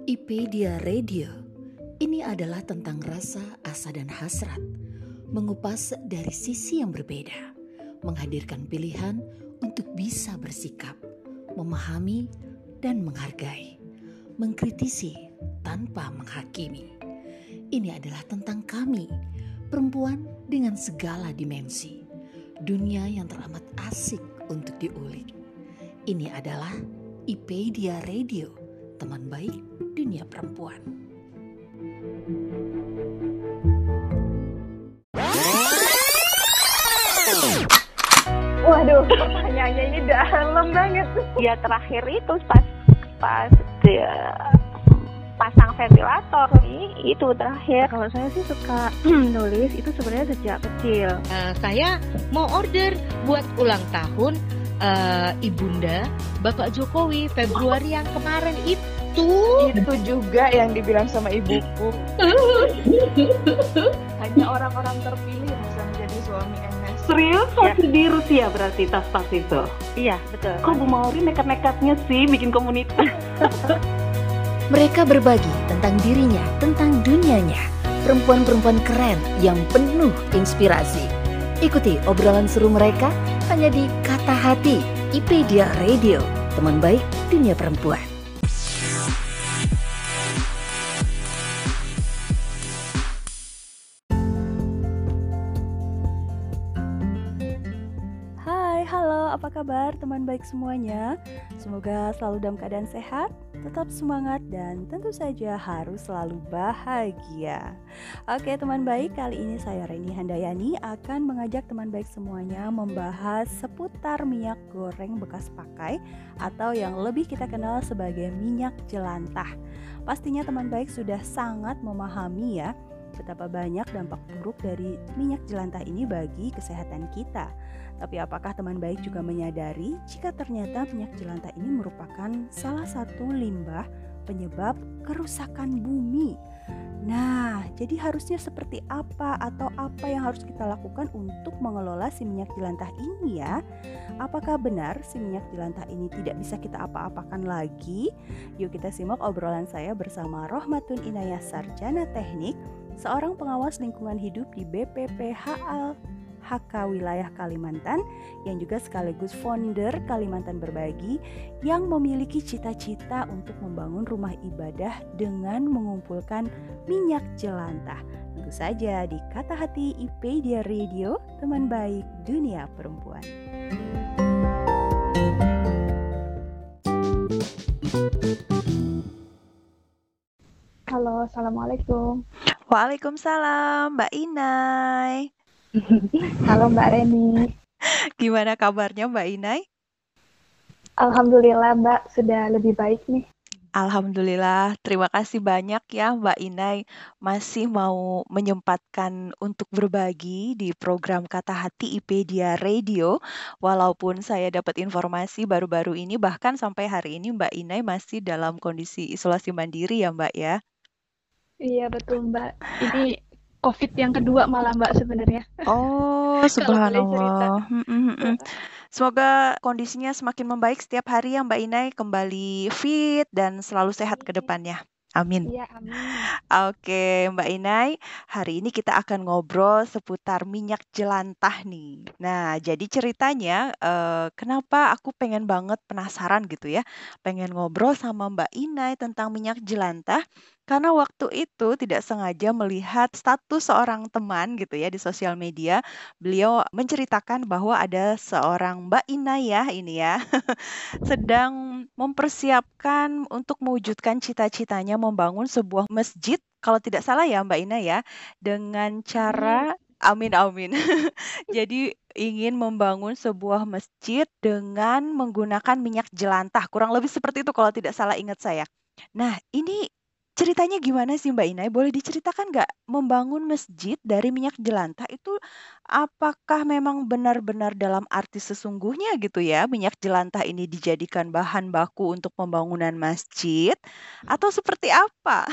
Ipedia Radio, ini adalah tentang rasa, asa dan hasrat, mengupas dari sisi yang berbeda, menghadirkan pilihan untuk bisa bersikap, memahami dan menghargai, mengkritisi tanpa menghakimi. Ini adalah tentang kami, perempuan dengan segala dimensi, dunia yang teramat asik untuk diulik. Ini adalah Ipedia Radio, teman baik dunia perempuan. Waduh, pertanyaannya ini dalam banget. Ya terakhir itu pas dia pasang ventilator itu terakhir. Kalau saya sih suka nulis itu sebenarnya sejak kecil. Saya mau order buat ulang tahun Ibunda Bapak Jokowi Februari yang kemarin itu juga yang dibilang sama ibuku. Hanya orang-orang terpilih yang bisa menjadi suami MS. Serius? Waktu di Rusia berarti tas itu? Iya, betul. Kok Bu Mauri nekat-nekatnya sih bikin komunitas? Mereka berbagi tentang dirinya, tentang dunianya. Perempuan-perempuan keren yang penuh inspirasi. Ikuti obrolan seru mereka hanya di Kata Hati, Ipedia Radio, teman baik dunia perempuan. Halo, apa kabar teman baik semuanya? Semoga selalu dalam keadaan sehat, tetap semangat, dan tentu saja harus selalu bahagia. Oke teman baik, kali ini saya Reni Handayani akan mengajak teman baik semuanya membahas seputar minyak goreng bekas pakai atau yang lebih kita kenal sebagai minyak jelantah. Pastinya teman baik sudah sangat memahami ya betapa banyak dampak buruk dari minyak jelantah ini bagi kesehatan kita. Tapi apakah teman baik juga menyadari jika ternyata minyak jelantah ini merupakan salah satu limbah penyebab kerusakan bumi? Nah, jadi harusnya seperti apa atau apa yang harus kita lakukan untuk mengelola si minyak jelantah ini ya? Apakah benar si minyak jelantah ini tidak bisa kita apa-apakan lagi? Yuk kita simak obrolan saya bersama Rohmatun Inayah Sarjana Teknik, seorang pengawas lingkungan hidup di BPPHL HK Wilayah Kalimantan yang juga sekaligus founder Kalimantan Berbagi yang memiliki cita-cita untuk membangun rumah ibadah dengan mengumpulkan minyak jelantah. Tentu saja di Kata Hati Ipedia Radio, teman baik dunia perempuan. Halo, assalamualaikum. Waalaikumsalam, Mbak Inay. Halo Mbak Reni. Gimana kabarnya Mbak Inay? Alhamdulillah Mbak, sudah lebih baik nih. Alhamdulillah, terima kasih banyak ya Mbak Inay masih mau menyempatkan untuk berbagi di program Kata Hati Ipedia Radio. Walaupun saya dapat informasi baru-baru ini, bahkan sampai hari ini Mbak Inay masih dalam kondisi isolasi mandiri ya Mbak ya? Iya betul Mbak, ini COVID yang kedua malah Mbak sebenarnya. Oh, subhanallah. Semoga kondisinya semakin membaik setiap hari ya Mbak Inay, kembali fit dan selalu sehat ke depannya. Amin. Iya, amin. Oke, Mbak Inay, hari ini kita akan ngobrol seputar minyak jelantah nih. Nah, jadi ceritanya kenapa aku pengen banget penasaran gitu ya, pengen ngobrol sama Mbak Inay tentang minyak jelantah. Karena waktu itu tidak sengaja melihat status seorang teman gitu ya di sosial media. Beliau menceritakan bahwa ada seorang Mbak Inayah ini ya sedang mempersiapkan untuk mewujudkan cita-citanya membangun sebuah masjid, kalau tidak salah ya Mbak Ina ya, dengan cara amin. Jadi ingin membangun sebuah masjid dengan menggunakan minyak jelantah, kurang lebih seperti itu kalau tidak salah ingat saya. Nah, ini ceritanya gimana sih Mbak Inay? Boleh diceritakan nggak membangun masjid dari minyak jelantah itu apakah memang benar-benar dalam arti sesungguhnya gitu ya minyak jelantah ini dijadikan bahan baku untuk pembangunan masjid atau seperti apa?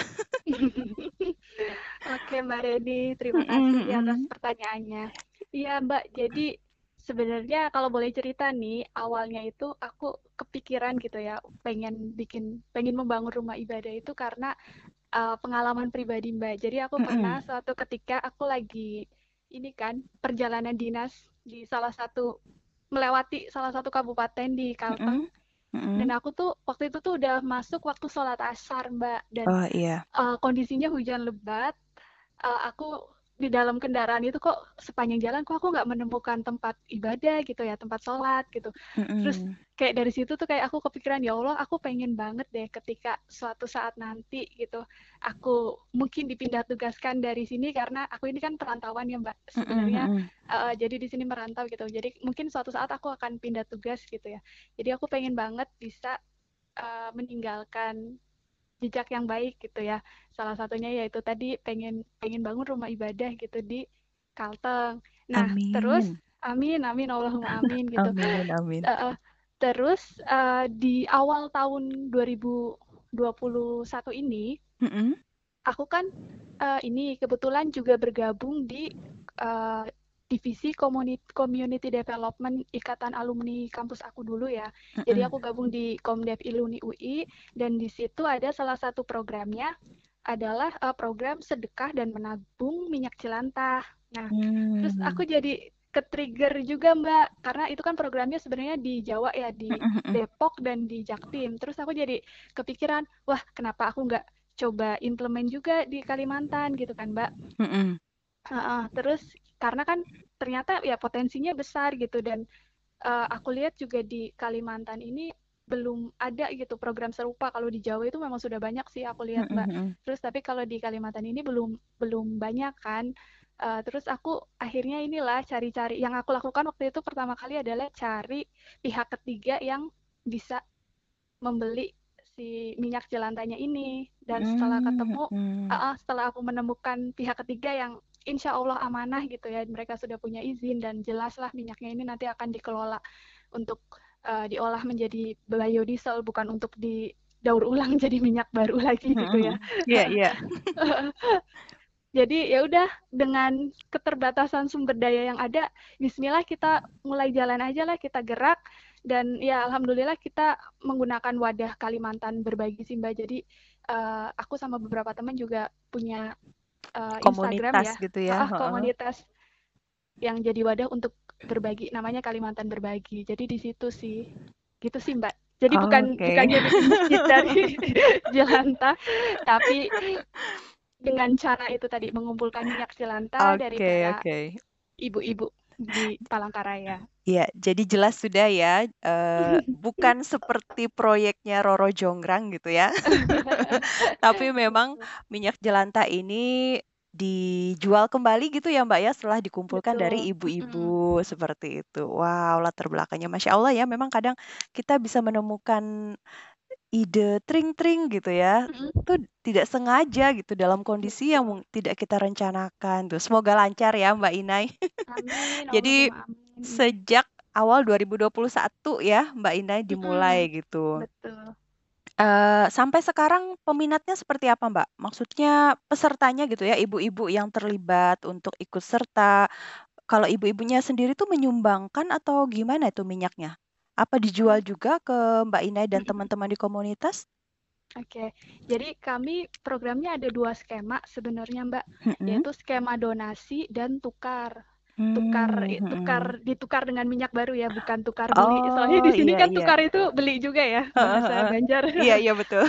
Oke Mbak Reni, terima kasih atas pertanyaannya. Iya Mbak, jadi Sebenarnya kalau boleh cerita nih, awalnya itu aku kepikiran gitu ya, pengen membangun rumah ibadah itu karena pengalaman pribadi Mbak. Jadi aku pernah Mm-mm. suatu ketika aku lagi ini kan perjalanan dinas di melewati salah satu kabupaten di Kalteng, Mm-mm. dan Mm-mm. aku tuh waktu itu tuh udah masuk waktu sholat asar Mbak, dan Oh iya. kondisinya hujan lebat. Aku di dalam kendaraan itu kok sepanjang jalan kok aku nggak menemukan tempat ibadah gitu ya, tempat sholat gitu. Terus Mm-mm. kayak dari situ tuh kayak aku kepikiran, ya Allah, aku pengen banget deh ketika suatu saat nanti gitu, aku mungkin dipindah tugaskan dari sini karena aku ini kan perantauan ya Mbak. Mm-mm. Sebenarnya Mm-mm. jadi di sini merantau gitu. Jadi mungkin suatu saat aku akan pindah tugas gitu ya. Jadi aku pengen banget bisa meninggalkan jejak yang baik gitu ya. Salah satunya yaitu tadi pengen pengen bangun rumah ibadah gitu di Kalteng. Nah, terus Amin. amin amin Allahumma amin gitu. Amin. Amin. Eh, terus di awal tahun 2021 ini Mm-mm. aku kan ini kebetulan juga bergabung di uh, divisi community development Ikatan Alumni kampus aku dulu ya. Jadi Mm-mm. aku gabung di Komdev Iluni UI, dan di situ ada salah satu programnya adalah program sedekah dan menabung minyak jelantah. Nah, terus Mm. aku jadi ke-trigger juga Mbak, karena itu kan programnya sebenarnya di Jawa ya, di Mm-mm. Mm-mm. Depok dan di Jaktim. Terus aku jadi kepikiran, wah kenapa aku nggak coba implement juga di Kalimantan gitu kan Mbak. Mm-mm. Terus karena kan ternyata ya potensinya besar gitu, dan aku lihat juga di Kalimantan ini belum ada gitu program serupa. Kalau di Jawa itu memang sudah banyak sih aku lihat Mbak. Mm-mm. Terus tapi kalau di Kalimantan ini belum belum banyak kan. Terus aku akhirnya inilah cari-cari. Yang aku lakukan waktu itu pertama kali adalah cari pihak ketiga yang bisa membeli si minyak jelantanya ini. Dan setelah ketemu, Mm-mm. setelah aku menemukan pihak ketiga yang insya Allah amanah gitu ya, mereka sudah punya izin dan jelaslah minyaknya ini nanti akan dikelola untuk diolah menjadi biodiesel, bukan untuk didaur ulang jadi minyak baru lagi gitu ya. Mm-mm. Iya, iya. Jadi ya udah, dengan keterbatasan sumber daya yang ada, bismillah kita mulai jalan aja lah, kita gerak. Dan ya alhamdulillah kita menggunakan wadah Kalimantan berbagi sih Mbak. Jadi aku sama beberapa teman juga punya Instagram Komunitas ya, gitu ya. Heeh. komunitas yang jadi wadah untuk berbagi, namanya Kalimantan Berbagi. Jadi di situ sih, gitu sih Mbak. Jadi Oke. bukannya bikin masjid dari jelantah, tapi dengan cara itu tadi mengumpulkan minyak jelantah dari Oke, para oke. ibu-ibu di Palangkaraya. Ya, jadi jelas sudah ya, bukan seperti proyeknya Roro Jonggrang gitu ya. Tapi memang minyak jelantah ini dijual kembali gitu ya Mbak ya, setelah dikumpulkan dari Betul. ibu-ibu seperti itu. Wow, latar belakangnya Masya Allah ya, memang kadang kita bisa menemukan ide tring-tring gitu ya, itu tidak sengaja gitu dalam kondisi yang tidak kita rencanakan tuh. Semoga lancar ya Mbak Inai. Amin, Jadi Allahumma amin. sejak awal 2021 ya Mbak Inai dimulai gitu. Betul. Sampai sekarang peminatnya seperti apa Mbak? Maksudnya pesertanya gitu ya, ibu-ibu yang terlibat untuk ikut serta. Kalau ibu-ibunya sendiri tuh menyumbangkan atau gimana itu minyaknya? Apa dijual Oh, juga ke Mbak Inai dan teman-teman di komunitas? oke. Jadi kami programnya ada 2 skema sebenarnya Mbak, Mhm. yaitu skema donasi dan tukar. Mhm. Ditukar dengan minyak baru ya, bukan tukar beli. Soalnya Oh, di sini iya kan iya. tukar itu beli juga ya, Heeh bahasa heeh. Banjar. Iya iya betul.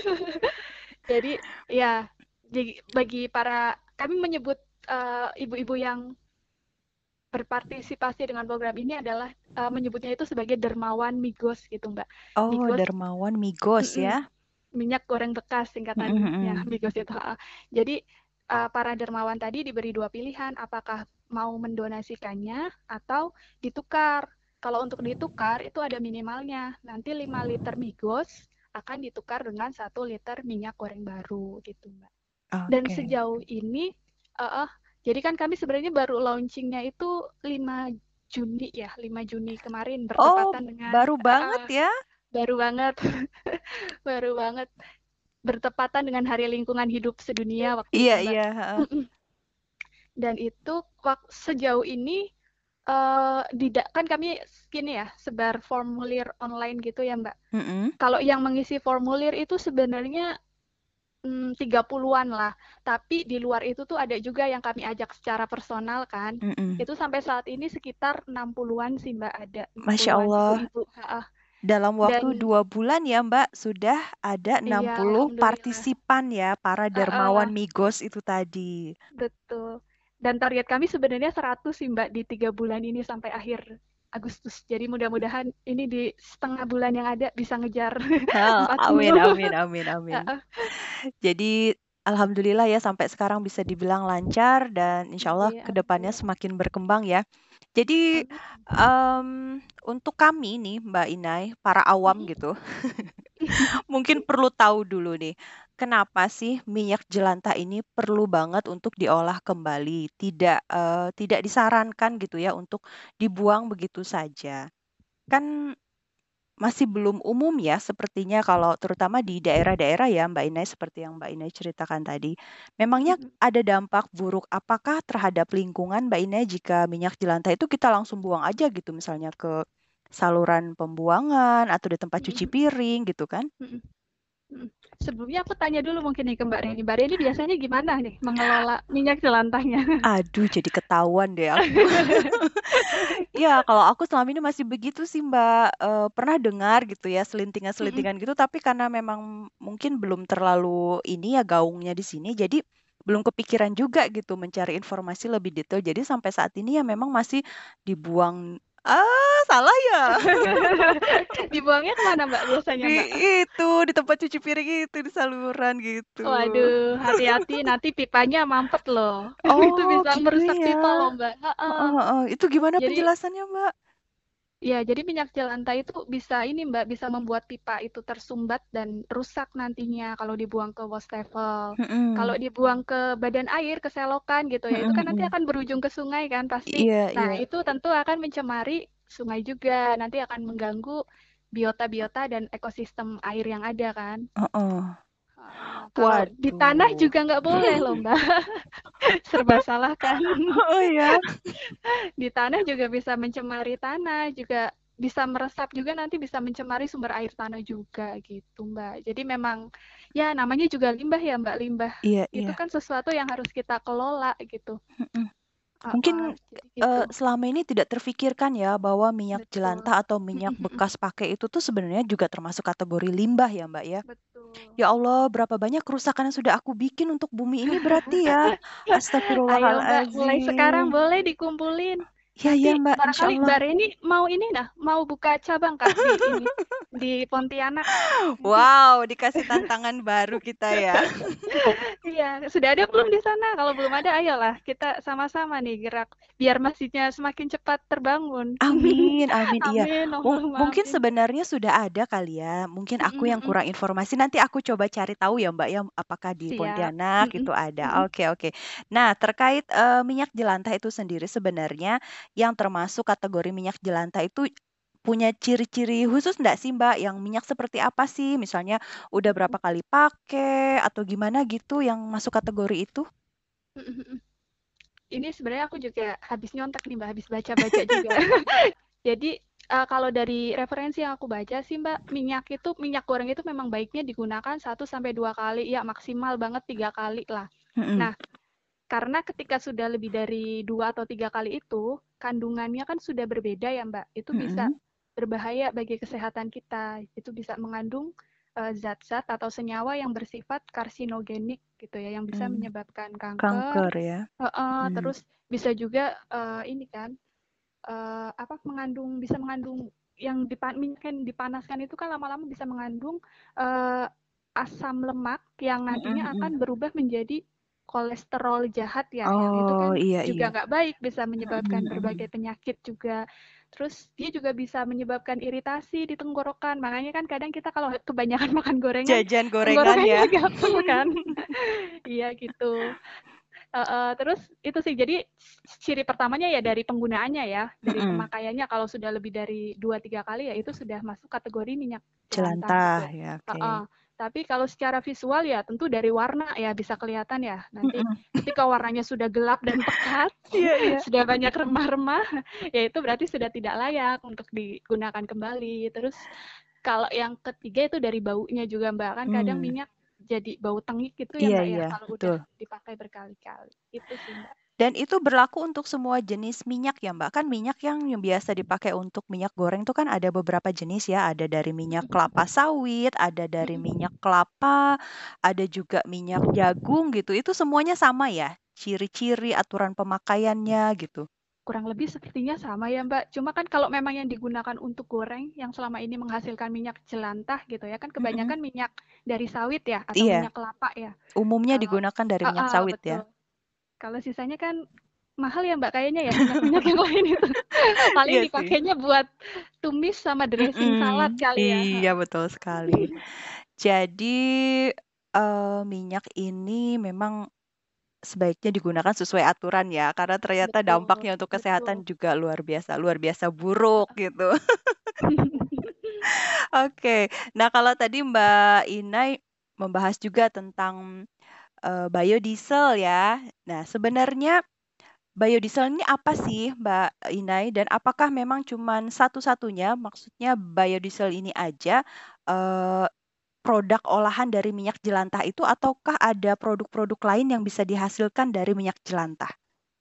Jadi ya, jadi bagi kami menyebut ibu-ibu yang berpartisipasi dengan program ini adalah menyebutnya itu sebagai dermawan migos gitu Mbak. Oh, Migos, Dermawan Migos mm-mm, ya. minyak goreng bekas Mhm singkatannya mhm. migos itu. Jadi para dermawan tadi diberi 2 pilihan, apakah mau mendonasikannya atau ditukar. Kalau untuk ditukar itu ada minimalnya. Nanti 5 liter migos akan ditukar dengan 1 liter minyak goreng baru gitu Mbak. Dan Oke. sejauh ini, jadi kan kami sebenarnya baru launchingnya itu 5 Juni ya, 5 Juni kemarin Oh, bertepatan dengan baru banget ya? baru banget, baru banget bertepatan dengan Hari Lingkungan Hidup Sedunia waktu Iya itu, Mbak. iya, heeh. Dan itu sejauh ini kan kami gini ya, sebar formulir online gitu ya, Mbak. Mm-mm. Kalau yang mengisi formulir itu sebenarnya 30-an lah. Tapi di luar itu tuh ada juga yang kami ajak secara personal kan. Mm-mm. Itu sampai saat ini sekitar 60-an sih, Mbak, ada Masya 60-an Allah, ibu-ibu. Heeh. dalam waktu Dan 2 bulan ya Mbak, sudah ada iya, 60 alhamdulillah. partisipan ya, para dermawan Heeh, Migos itu tadi. betul. Dan target kami sebenarnya 100 sih, Mbak, di 3 bulan ini sampai akhir Agustus. Jadi mudah-mudahan ini di setengah bulan yang ada bisa ngejar Amin, 40. amin, amin, amin. Heeh, Jadi alhamdulillah ya sampai sekarang bisa dibilang lancar dan insya Allah iya, kedepannya alhamdulillah. semakin berkembang ya. Jadi Amin. untuk kami nih Mbak Inai, para awam Mm-mm. gitu, mungkin perlu tahu dulu nih, kenapa sih minyak jelantah ini perlu banget untuk diolah kembali, tidak disarankan gitu ya untuk dibuang begitu saja. Kan masih belum umum ya sepertinya kalau terutama di daerah-daerah ya Mbak Inai seperti yang Mbak Inai ceritakan tadi. Memangnya Mm-mm. ada dampak buruk apakah terhadap lingkungan Mbak Inai jika minyak jelantah itu kita langsung buang aja gitu misalnya ke saluran pembuangan atau di tempat cuci Mm-mm. piring gitu kan? Mm-mm. Mm. Sebelumnya aku tanya dulu mungkin nih ke Mbak Reni. Mbak Reni biasanya gimana nih mengelola minyak jelantahnya? Aduh jadi ketahuan deh aku. Ya kalau aku selama ini masih begitu sih Mbak. Pernah dengar gitu ya Mm-mm. selintingan-selintingan gitu tapi karena memang mungkin belum terlalu ini ya gaungnya di sini jadi belum kepikiran juga gitu mencari informasi lebih detail. Jadi sampai saat ini ya memang masih dibuang. Salah ya. Dibuangnya kemana Mbak biasanya Di Mbak? di tempat cuci piring itu di saluran gitu. Waduh, hati-hati nanti pipanya mampet loh. Itu Oh, bisa gitu merusak ya. pipa loh Mbak. Heeh, Heeh. heeh. Itu gimana Jadi penjelasannya, Mbak? ya, jadi minyak jelantah itu bisa ini Mbak, bisa membuat pipa itu tersumbat dan rusak nantinya kalau dibuang ke wastafel. Kalau Mm-mm. dibuang ke badan air, ke selokan gitu ya, itu Mm-mm, kan nanti mm-mm. akan berujung ke sungai kan pasti. Iya, Nah, iya. itu tentu akan mencemari sungai juga, nanti akan mengganggu biota-biota dan ekosistem air yang ada kan. Heeh. Kalau di tanah Waduh. juga nggak boleh loh Mbak, serba salah kan. Oh ya. Di tanah juga bisa mencemari tanah, juga bisa meresap juga nanti bisa mencemari sumber air tanah juga gitu Mbak. Jadi memang ya namanya juga limbah ya Mbak, limbah Iya, itu iya. kan sesuatu yang harus kita kelola gitu. Mm-mm. Mungkin Jadi gitu. selama ini tidak terfikirkan ya bahwa minyak Betul. jelantah atau minyak bekas pakai itu tuh sebenarnya juga termasuk kategori limbah ya, Mbak ya. Betul. Ya Allah, berapa banyak kerusakan yang sudah aku bikin untuk bumi ini berarti ya. Ayo Mbak, mulai sekarang Astagfirullahaladzim. boleh dikumpulin. Ya, ya Nanti Mbak, insya barangkali Allah. Mbak Reni mau ini dah, mau buka cabang kah di ini di Pontianak. Wow, dikasih tantangan baru kita ya. Iya, sudah ada belum di sana? Kalau belum ada, ayolah kita sama-sama nih gerak biar masjidnya semakin cepat terbangun. Amin, amin. Iya, Amin, Allahumma Mungkin amin. sebenarnya sudah ada kali ya. Mungkin aku Mm-mm, yang mm-mm. kurang informasi. Nanti aku coba cari tahu ya, Mbak ya, apakah di Siap. Pontianak Mm-mm, itu ada. mm-mm. Oke, oke. Nah, terkait minyak jelantah itu sendiri sebenarnya yang termasuk kategori minyak jelantah itu punya ciri-ciri khusus nggak sih, Mbak? Yang minyak seperti apa sih? Misalnya udah berapa kali pakai atau gimana gitu yang masuk kategori itu? Mm-mm, mm-mm. Ini sebenarnya aku juga habis nyontek nih Mbak, habis baca-baca juga. Jadi kalau dari referensi yang aku baca sih Mbak, minyak goreng itu memang baiknya digunakan 1 sampai 2 kali, ya maksimal banget 3 kali lah. Mm-mm, Nah, karena ketika sudah lebih dari 2 atau 3 kali itu, kandungannya kan sudah berbeda ya Mbak. Itu bisa mm-mm, berbahaya bagi kesehatan kita. Itu bisa mengandung zat-zat atau senyawa yang bersifat karsinogenik gitu ya, yang bisa mm. menyebabkan kanker. Kanker ya. Mm. Terus bisa juga ini kan bisa mengandung minyak yang dipanaskan itu kan lama-lama bisa mengandung eh, asam lemak yang Mm-mm, nantinya mm. akan berubah menjadi kolesterol jahat ya, yang itu Oh kan iya iya. juga nggak baik, bisa Mm-mm, menyebabkan berbagai mm. penyakit juga. Terus dia juga bisa menyebabkan iritasi di tenggorokan. Makanya kan kadang kita kalau kebanyakan makan gorengan, Jajan gorengan ya. tenggorokannya gatel kan. Iya gitu. Terus itu sih, jadi ciri pertamanya ya dari penggunaannya ya, dari Mm-mm. pemakaiannya kalau sudah lebih dari 2-3 kali ya itu sudah masuk kategori minyak jelantah Jelantah gitu. ya, oke. Heeh. Tapi kalau secara visual ya tentu dari warna ya bisa kelihatan ya. Nanti Mm-mm. ketika warnanya sudah gelap dan pekat, Iya, iya. sudah banyak remah-remah, ya itu berarti sudah tidak layak untuk digunakan kembali. Terus kalau yang ketiga itu dari baunya juga Mbak. Kan kadang Hmm. minyak jadi bau tengik gitu ya Iya, Mbak ya iya, kalau betul. udah dipakai berkali-kali. Itu sih Mbak. Dan itu berlaku untuk semua jenis minyak ya Mbak? Kan minyak yang biasa dipakai untuk minyak goreng itu kan ada beberapa jenis ya. Ada dari minyak kelapa sawit, ada dari minyak kelapa, ada juga minyak jagung gitu. Itu semuanya sama ya? Ciri-ciri, aturan pemakaiannya gitu. Kurang lebih sepertinya sama ya Mbak. Cuma kan kalau memang yang digunakan untuk goreng yang selama ini menghasilkan minyak jelantah gitu ya kan Mm-mm. kebanyakan minyak dari sawit ya atau Iya, minyak kelapa ya. umumnya Kalau digunakan dari minyak sawit ya. betul. Kalau sisanya kan mahal ya Mbak kayaknya ya minyak-minyak yang lain itu. Paling Iya sih. dipakainya buat tumis sama dressing salad kali ya. Iya, betul sekali. Jadi minyak ini memang sebaiknya digunakan sesuai aturan ya, karena ternyata Betul, dampaknya untuk betul. kesehatan juga luar biasa buruk gitu. Oke, nah kalau tadi Mbak Inai membahas juga tentang biodiesel ya. Nah, sebenarnya biodiesel ini apa sih Mbak Inai dan apakah memang cuman satu-satunya, maksudnya biodiesel ini aja eh, produk olahan dari minyak jelantah itu ataukah ada produk-produk lain yang bisa dihasilkan dari minyak jelantah?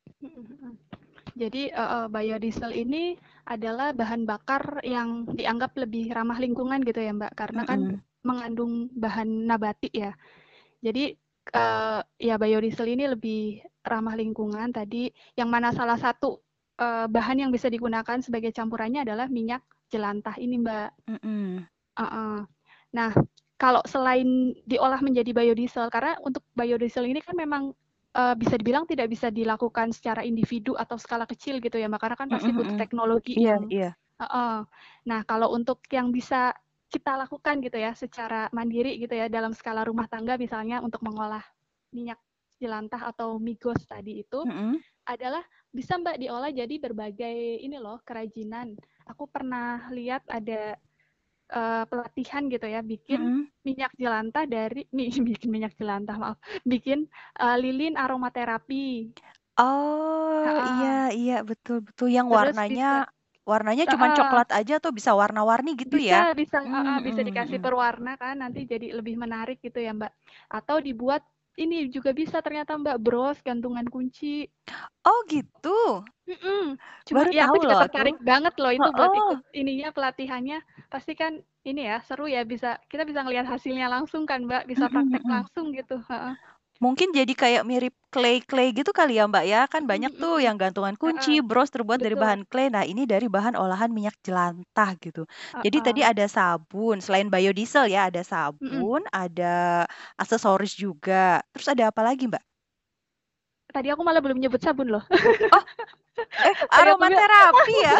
Jadi biodiesel ini adalah bahan bakar yang dianggap lebih ramah lingkungan gitu ya Mbak, karena kan Mm-mm. mengandung bahan nabati ya. Jadi ya biodiesel ini lebih ramah lingkungan tadi, yang mana salah satu bahan yang bisa digunakan sebagai campurannya adalah minyak jelantah ini Mbak. Mm-mm. Nah, kalau selain diolah menjadi biodiesel, karena untuk biodiesel ini kan memang bisa dibilang tidak bisa dilakukan secara individu atau skala kecil gitu ya Mbak, karena kan pasti butuh teknologi Iya, yang iya. Nah, kalau untuk yang bisa kita lakukan gitu ya secara mandiri gitu ya dalam skala rumah tangga misalnya untuk mengolah minyak jelantah atau migos tadi itu Mm-mm. adalah bisa Mbak diolah jadi berbagai ini loh kerajinan. Aku pernah lihat ada pelatihan gitu ya bikin Mm-mm. minyak jelantah dari bikin minyak jelantah maaf bikin lilin aromaterapi. Oh, iya, iya, betul, betul. Yang Terus bisa warnanya cuma coklat aja atau bisa warna-warni gitu ya? bisa dikasih perwarna kan nanti jadi lebih menarik gitu ya Mbak. Atau dibuat ini juga bisa ternyata Mbak bros gantungan kunci. Oh, gitu. Cuma Baru ya tahu aku juga loh aku. tertarik banget loh itu buat Oh, ikut ininya pelatihannya. Pasti kan ini ya seru ya kita bisa ngelihat hasilnya langsung kan Mbak, bisa praktek langsung gitu. mungkin jadi kayak mirip clay gitu kali ya Mbak ya. Kan banyak tuh yang gantungan kunci, bros terbuat dari Betul. bahan clay. Nah, ini dari bahan olahan minyak jelantah gitu. Jadi tadi Heeh. ada sabun, selain biodiesel ya, ada sabun, ada aksesoris juga. Terus ada apa lagi Mbak? Tadi aku malah belum nyebut sabun loh. Oh, Tadi aku bilang, aromaterapi ya.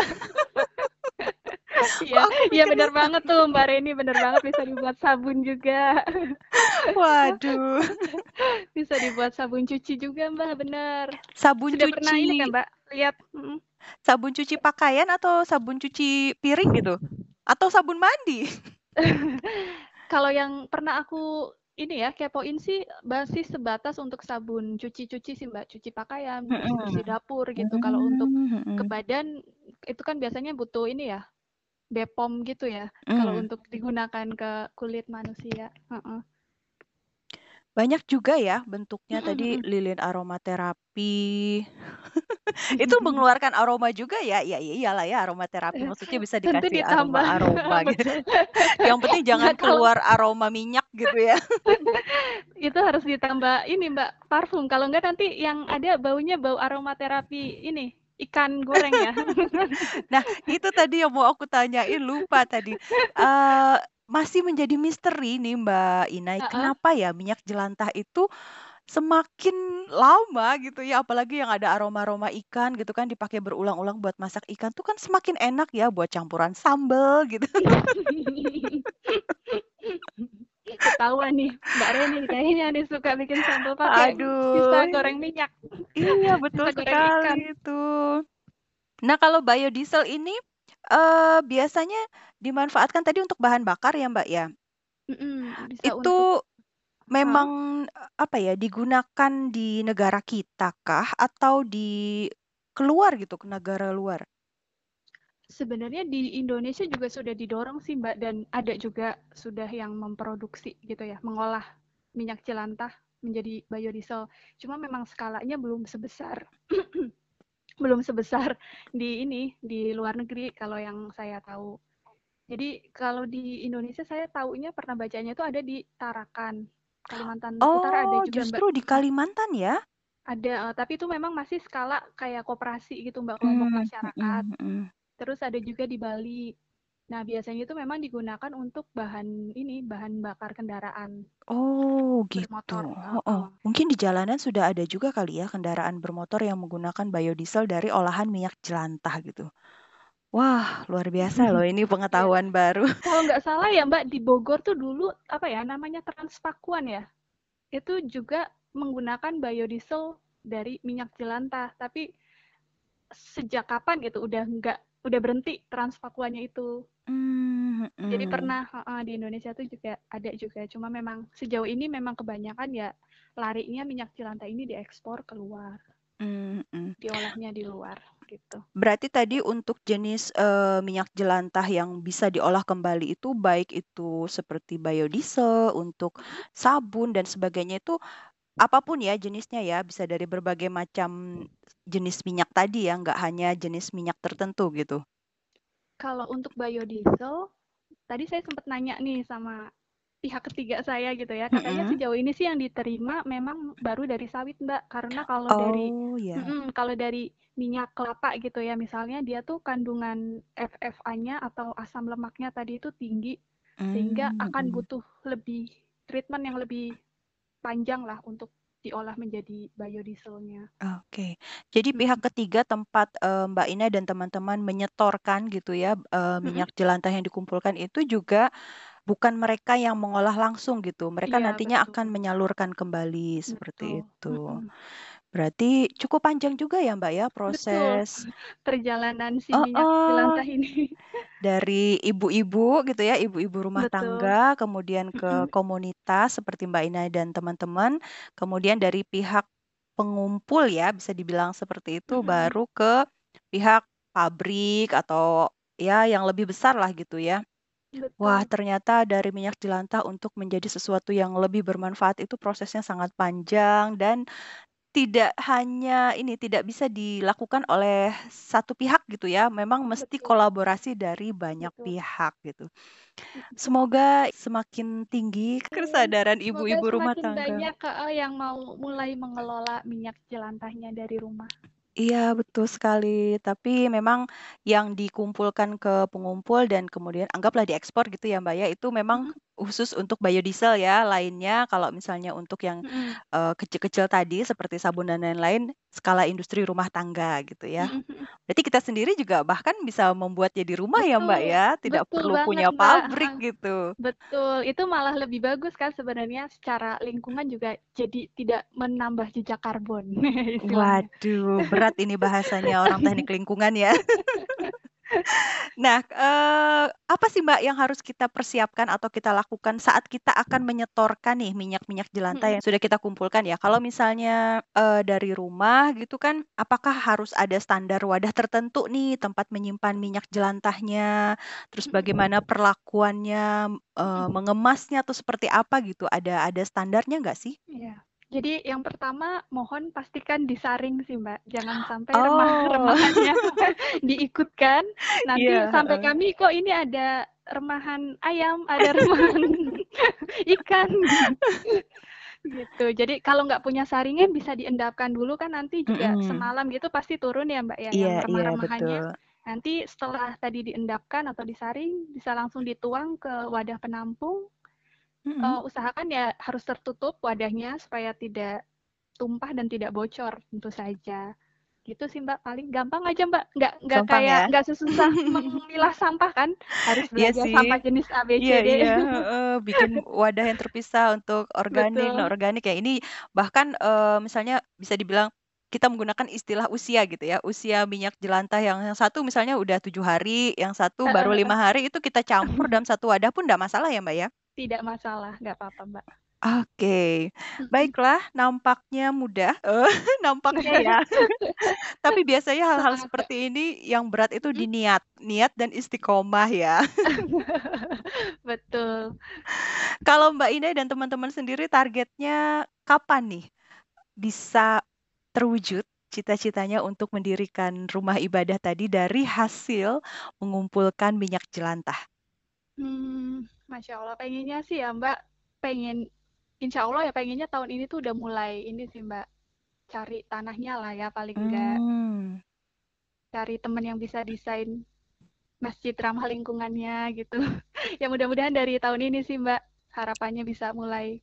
iya, Aku iya mikirnya benar banget tuh Mbak Reni, benar banget bisa dibuat sabun juga. waduh. Bisa dibuat sabun cuci juga Mbak, benar. Sabun Sudah pernah ini kan cuci, Mbak, lihat sabun cuci pakaian atau sabun cuci piring gitu? Atau sabun mandi? kalau yang pernah aku ini ya kepoin sih masih sebatas untuk sabun cuci-cuci sih Mbak, cuci pakaian, bersih-bersih dapur gitu. Kalau untuk ke badan itu kan biasanya butuh ini ya, BPOM gitu ya. Kalau untuk digunakan ke kulit manusia. Banyak juga ya bentuknya tadi lilin aromaterapi. Itu mengeluarkan aroma juga ya? Ya iyalah ya aromaterapi maksudnya bisa Tentu dikasih ditambah. aroma-aroma gitu. Betul. Yang penting jangan Nah, kalau keluar aroma minyak gitu ya. itu harus ditambah ini Mbak, parfum. Kalau enggak nanti yang ada baunya bau aromaterapi ini, ikan goreng ya. Nah, itu tadi yang mau aku tanyain lupa tadi. Masih menjadi misteri nih Mbak Inai, Heeh. kenapa ya minyak jelantah itu semakin lama gitu ya, apalagi yang ada aroma-aroma ikan gitu kan dipakai berulang-ulang buat masak ikan tuh kan semakin enak ya buat campuran sambel gitu. Ketahuan nih, Mbak Reni kayaknya nih suka bikin sambal pakai Aduh, sisa goreng minyak, iya betul sisa goreng ikan. sekali itu. Nah, kalau biodiesel ini biasanya dimanfaatkan tadi untuk bahan bakar ya Mbak ya? Bisa untuk Itu heeh? memang, apa ya, digunakan di negara kita kah atau di keluar gitu, ke negara luar? Sebenarnya di Indonesia juga sudah didorong sih, Mbak, dan ada juga sudah yang memproduksi gitu ya, mengolah minyak jelantah menjadi biodiesel. Cuma memang skalanya belum sebesar di ini, di luar negeri kalau yang saya tahu. Jadi kalau di Indonesia saya taunya pernah bacanya itu ada di Tarakan, Kalimantan Utara ada Oh, juga, Mbak. justru di Kalimantan ya? Ada, tapi itu memang masih skala kayak koperasi gitu, Mbak, kelompok Mmm, masyarakat. mhm mhm. Terus ada juga di Bali. Nah, biasanya itu memang digunakan untuk bahan bakar kendaraan Oh, gitu, bermotor. heeh. Heeh. Mungkin di jalanan sudah ada juga kali ya kendaraan bermotor yang menggunakan biodiesel dari olahan minyak jelantah gitu. Wah, luar biasa loh ini Iya. pengetahuan baru. Kalau nggak salah ya, Mbak, di Bogor tuh dulu apa ya namanya Transpakuan ya. Itu juga menggunakan biodiesel dari minyak jelantah. Tapi sejak kapan gitu udah berhenti Transpakuannya itu. Jadi Mhm. pernah di Indonesia tuh juga ada juga. Cuma memang sejauh ini memang kebanyakan ya larinya minyak jelantah ini diekspor keluar, Mhm. diolahnya di luar gitu. Berarti tadi untuk jenis, minyak jelantah yang bisa diolah kembali itu baik itu seperti biodiesel, untuk sabun dan sebagainya itu apapun ya jenisnya ya, bisa dari berbagai macam jenis minyak tadi ya, nggak hanya jenis minyak tertentu gitu? Kalau untuk biodiesel, tadi saya sempat nanya nih sama pihak ketiga saya gitu ya, katanya Mhm. sejauh ini sih yang diterima memang baru dari sawit, Mbak. Karena Oh, ya. kalau dari minyak kelapa gitu ya, misalnya dia tuh kandungan FFA-nya atau asam lemaknya tadi itu tinggi, sehingga akan Mhm. butuh lebih treatment yang lebih panjang lah untuk diolah menjadi biodieselnya. Oke. Jadi pihak Mhm, ketiga tempat, Mbak Ina dan teman-teman menyetorkan gitu ya, mhm, minyak jelantah yang dikumpulkan itu juga bukan mereka yang mengolah langsung gitu, mereka iya nantinya betul, akan menyalurkan kembali seperti betul, itu. mhm, Berarti cukup panjang juga ya, Mbak, ya betul, proses perjalanan si minyak heeh, jelantah ini. dari ibu-ibu gitu ya, ibu-ibu rumah Betul, tangga, kemudian ke mhm, komunitas seperti Mbak Ina dan teman-teman, kemudian dari pihak pengumpul ya, bisa dibilang seperti itu, mhm, baru ke pihak pabrik atau ya yang lebih besar lah gitu ya. Wah, betul, ternyata dari minyak jelantah untuk menjadi sesuatu yang lebih bermanfaat itu prosesnya sangat panjang dan tidak hanya ini, tidak bisa dilakukan oleh satu pihak gitu ya, memang mesti betul, kolaborasi dari banyak betul, pihak gitu. mhm. Semoga semakin tinggi Amin. kesadaran Semoga ibu-ibu rumah semakin tangga. banyak yang mau mulai mengelola minyak jelantahnya dari rumah. Iya, betul sekali. Tapi memang yang dikumpulkan ke pengumpul dan kemudian anggaplah diekspor gitu ya, Mbak, ya, itu memang Mhm, khusus untuk biodiesel ya. Lainnya kalau misalnya untuk yang, mhm, kecil-kecil tadi seperti sabun dan lain-lain, skala industri rumah tangga gitu ya. mhm mhm. Berarti kita sendiri juga bahkan bisa membuatnya di rumah ya, Mbak, Betul, ya, tidak betul perlu banget, punya Mbak, pabrik heeh. gitu. Betul, itu malah lebih bagus kan sebenarnya secara lingkungan juga jadi tidak menambah jejak karbon istilahnya. Waduh, berat ini bahasanya orang teknik lingkungan ya. Nah, apa sih, Mbak, yang harus kita persiapkan atau kita lakukan saat kita akan menyetorkan nih minyak-minyak jelantah Mhm, yang sudah kita kumpulkan ya? Kalau misalnya, dari rumah gitu kan, apakah harus ada standar wadah tertentu nih tempat menyimpan minyak jelantahnya? Terus mhm, bagaimana perlakuannya, mhm. mengemasnya tuh seperti apa gitu? Ada standarnya nggak sih? Iya. Jadi yang pertama mohon pastikan disaring sih, Mbak. Jangan sampai Oh, remahannya diikutkan, nanti iya, sampai heeh. kami, "Kok ini ada remahan ayam, ada remahan ikan?" Gitu. Jadi kalau nggak punya saringan bisa diendapkan dulu kan nanti juga Mhm. semalam gitu pasti turun ya, Mbak, ya, Iya yang iya, remah-remahannya. betul. Nanti setelah tadi diendapkan atau disaring, bisa langsung dituang ke wadah penampung. Mhm. Usahakan ya harus tertutup wadahnya supaya tidak tumpah dan tidak bocor tentu saja. Gitu sih, Mbak, paling gampang aja, Mbak, Gampang ya? nggak sesusah memilah sampah kan, harus Iya belajar sih. sampah jenis A, B, Iya C, D. iya, heeh, bikin wadah yang terpisah untuk organik, non Betul. organik ya. Ini bahkan, misalnya bisa dibilang kita menggunakan istilah usia gitu ya, usia minyak jelantah yang satu misalnya udah 7 hari, yang satu baru 5 hari, itu kita campur dalam satu wadah pun nggak masalah ya, Mbak, ya? tidak masalah, nggak apa-apa Mbak. Oke, Mm-mm. baiklah, nampaknya mudah, nampaknya ya. Tapi biasanya hal-hal Semangat Mbak. seperti ini yang berat itu di Mm-mm. niat dan istiqomah ya. Betul. Kalau Mbak Ina dan teman-teman sendiri targetnya kapan nih bisa terwujud cita-citanya untuk mendirikan rumah ibadah tadi dari hasil mengumpulkan minyak jelantah? Masya Allah, pengennya sih ya Mbak, insya Allah ya pengennya tahun ini tuh udah mulai ini sih Mbak, cari tanahnya lah ya paling enggak, Hmm. cari temen yang bisa desain masjid ramah lingkungannya gitu. Ya mudah-mudahan dari tahun ini sih Mbak, harapannya bisa mulai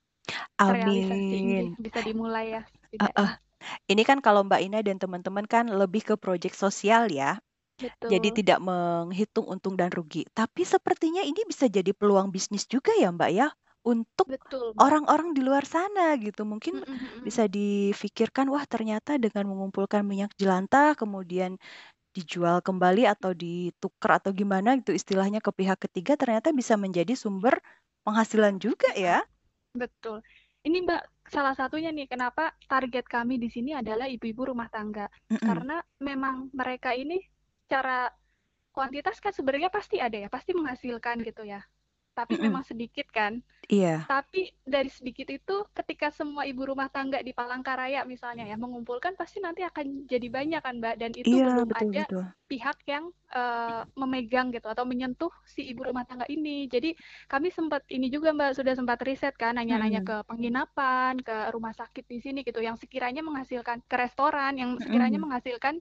terrealisasi ini, Amin. bisa dimulai ya Ah, ah. setidaknya. Ini kan kalau Mbak Ina dan teman-teman kan lebih ke proyek sosial ya. Jadi Betul, tidak menghitung untung dan rugi. Tapi sepertinya ini bisa jadi peluang bisnis juga ya Mbak ya. Untuk betul Mbak. orang-orang di luar sana gitu. Mungkin Mm-mm, mm-mm. bisa difikirkan, wah ternyata dengan mengumpulkan minyak jelantah kemudian dijual kembali atau ditukar atau gimana gitu istilahnya ke pihak ketiga ternyata bisa menjadi sumber penghasilan juga ya. Betul. Ini Mbak, salah satunya nih kenapa target kami di sini adalah ibu-ibu rumah tangga. Mm-mm. Karena memang mereka ini secara kuantitas kan sebenarnya pasti ada ya, pasti menghasilkan gitu ya. Tapi Mm-mm. memang sedikit kan. Iya, Tapi dari sedikit itu ketika semua ibu rumah tangga di Palangkaraya misalnya ya mengumpulkan pasti nanti akan jadi banyak kan Mbak dan itu iya belum ada betul-betul. pihak yang memegang gitu atau menyentuh si ibu rumah tangga ini. Jadi kami sempat ini juga Mbak sudah sempat riset kan nanya-nanya Mm-mm. ke penginapan, ke rumah sakit di sini gitu yang sekiranya menghasilkan ke restoran yang sekiranya Mm-mm. menghasilkan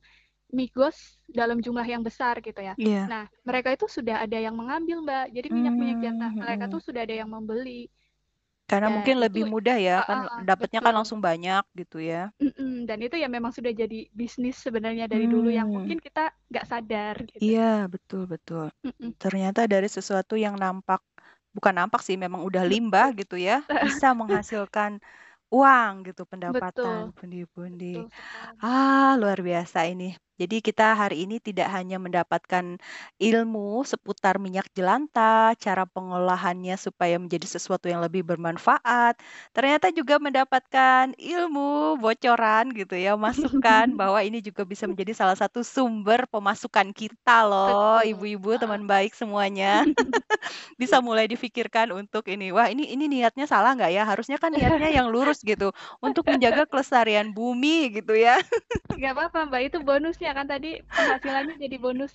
migos dalam jumlah yang besar gitu ya. Iya. Nah, mereka itu sudah ada yang mengambil, Mbak. Jadi minyak-minyak jatah mereka Mm-mm. tuh sudah ada yang membeli. Karena Dan mungkin itu lebih mudah ya, kan dapatnya kan betul. langsung banyak gitu ya. Dan itu ya memang sudah jadi bisnis sebenarnya dari dulu yang Hmm, mungkin kita nggak sadar gitu. iya betul-betul. Mm-mm. Ternyata dari sesuatu yang nampak, bukan nampak sih, memang udah limbah Betul. gitu ya, bisa menghasilkan uang gitu, pendapatan Betul. pundi-pundi. Betul sekali. Luar biasa ini. Jadi kita hari ini tidak hanya mendapatkan ilmu seputar minyak jelantah, cara pengolahannya supaya menjadi sesuatu yang lebih bermanfaat. Ternyata juga mendapatkan ilmu, bocoran gitu ya, masukan bahwa ini juga bisa menjadi salah satu sumber pemasukan kita loh, Betul. ibu-ibu, teman baik semuanya. Bisa mulai difikirkan untuk ini, wah ini niatnya salah nggak ya? Harusnya kan niatnya yang lurus gitu, untuk menjaga kelestarian bumi gitu ya. Nggak apa-apa, Mbak. Itu bonusnya kan tadi penghasilannya jadi bonus.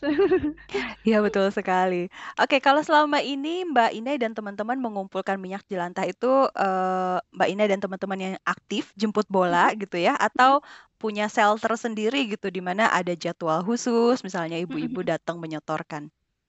Iya betul sekali. Oke, kalau selama ini Mbak Inai dan teman-teman mengumpulkan minyak jelantah itu, Mbak Inai dan teman-teman yang aktif jemput bola gitu ya, atau punya sel tersendiri gitu, di mana ada jadwal khusus, misalnya ibu-ibu datang menyetorkan?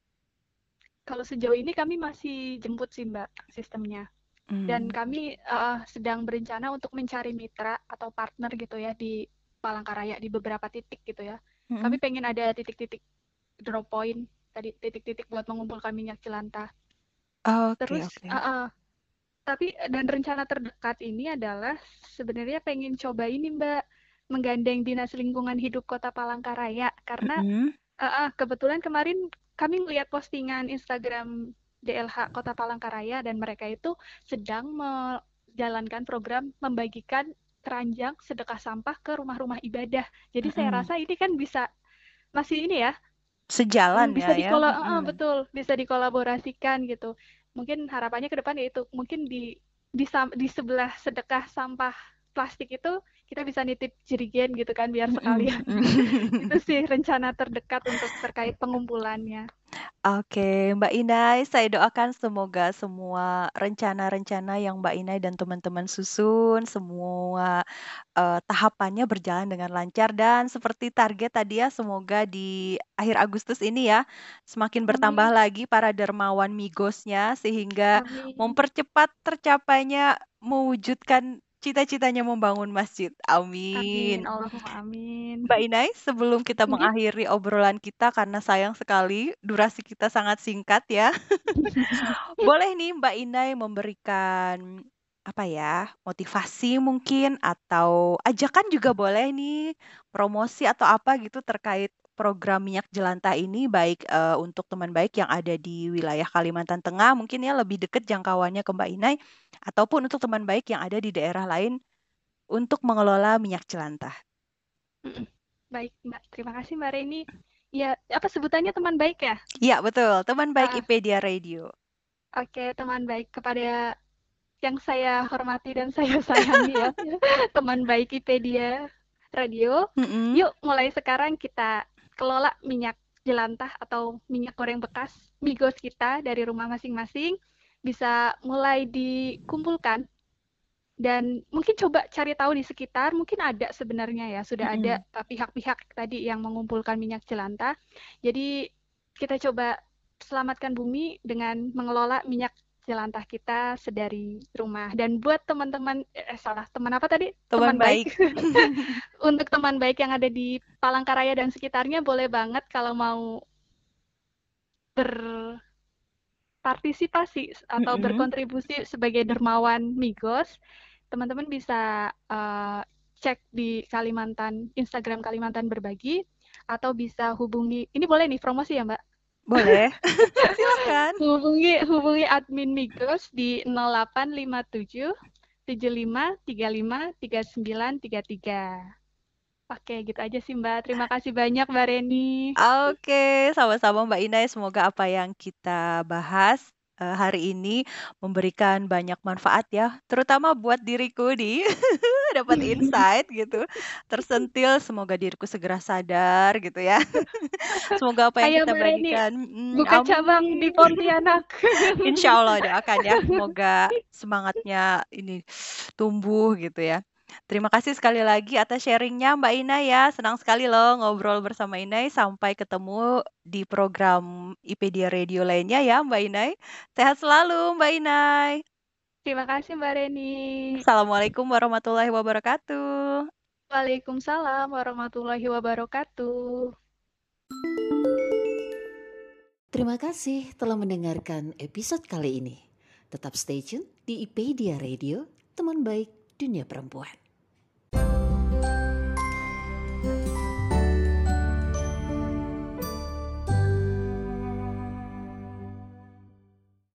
Kalau sejauh ini kami masih jemput sih, Mbak, sistemnya. Dan Hmm. kami sedang berencana untuk mencari mitra atau partner gitu ya di Palangkaraya di beberapa titik gitu ya. Kami Mm-mm. pengen ada titik-titik drop point tadi titik-titik buat mengumpulkan minyak jelantah. Oke, Terus oke. tapi dan rencana terdekat ini adalah sebenarnya pengen coba ini Mbak menggandeng Dinas Lingkungan Hidup Kota Palangkaraya karena Mm-mm. kebetulan kemarin kami melihat postingan Instagram DLH Kota Palangkaraya dan mereka itu sedang menjalankan program membagikan keranjang sedekah sampah ke rumah-rumah ibadah. Jadi saya Mm-mm. rasa ini kan bisa masih ini ya, Sejalan ya bisa ya. Mm-mm. betul, bisa dikolaborasikan gitu. Mungkin harapannya ke depan yaitu mungkin di sebelah sedekah sampah plastik itu kita bisa nitip jerigen gitu kan biar Mm-mm. sekalian. Itu sih rencana terdekat untuk terkait pengumpulannya. Oke, Mbak Inai, saya doakan semoga semua rencana-rencana yang Mbak Inai dan teman-teman susun, semua tahapannya berjalan dengan lancar dan seperti target tadi ya, semoga di akhir Agustus ini ya, semakin bertambah Amin. lagi para dermawan migosnya sehingga Amin. mempercepat tercapainya mewujudkan cita-citanya membangun masjid. Amin. Amin. Allahumma amin. Mbak Inai, sebelum kita Nggih. mengakhiri obrolan kita karena sayang sekali durasi kita sangat singkat ya. Boleh nih Mbak Inai memberikan apa ya, motivasi mungkin atau ajakan juga boleh nih, promosi atau apa gitu terkait program minyak jelantah ini baik untuk teman baik yang ada di wilayah Kalimantan Tengah, mungkin ya lebih dekat jangkauannya ke Mbak Inai, ataupun untuk teman baik yang ada di daerah lain untuk mengelola minyak jelantah. Baik, Mbak. Terima kasih, Mbak Reni. Ya, apa sebutannya teman baik ya? Iya, betul. Teman baik Ah. IPedia Radio. Oke, teman baik kepada yang saya hormati dan saya sayangi ya. Teman baik IPedia Radio. Yuk, mulai sekarang kita kelola minyak jelantah atau minyak goreng bekas Migos kita dari rumah masing-masing. Bisa mulai dikumpulkan dan mungkin coba cari tahu di sekitar, mungkin ada sebenarnya ya, sudah ada pihak-pihak tadi yang mengumpulkan minyak jelantah. Jadi kita coba selamatkan bumi dengan mengelola minyak jelantah kita sedari rumah. Dan buat teman-teman, teman apa tadi? Teman baik. Untuk teman baik yang ada di Palangkaraya dan sekitarnya, boleh banget kalau mau berpartisipasi atau berkontribusi sebagai dermawan Migos, teman-teman bisa cek di Instagram Kalimantan Berbagi, atau bisa hubungi, ini boleh nih promosi ya Mbak? Boleh, silakan. Hubungi admin Migos di 0857 75 35 39 33. Oke, gitu aja sih Mbak. Terima kasih banyak Mbak Reni. Oke, sama-sama Mbak Inai. Semoga apa yang kita bahas hari ini memberikan banyak manfaat ya, terutama buat diriku nih, dapat insight gitu, tersentil. Semoga diriku segera sadar gitu ya. Semoga apa yang Ayo, kita Mbak Reni, bagikan buka cabang di Pontianak. Insya Allah doakan ya, semoga semangatnya ini tumbuh gitu ya. Terima kasih sekali lagi atas sharingnya Mbak Inai ya. Senang sekali loh ngobrol bersama Inai. Sampai ketemu di program IPedia Radio lainnya ya Mbak Inai. Sehat selalu Mbak Inai. Terima kasih Mbak Reni. Assalamualaikum warahmatullahi wabarakatuh. Waalaikumsalam warahmatullahi wabarakatuh. Terima kasih telah mendengarkan episode kali ini. Tetap stay tune di IPedia Radio, teman baik dunia perempuan.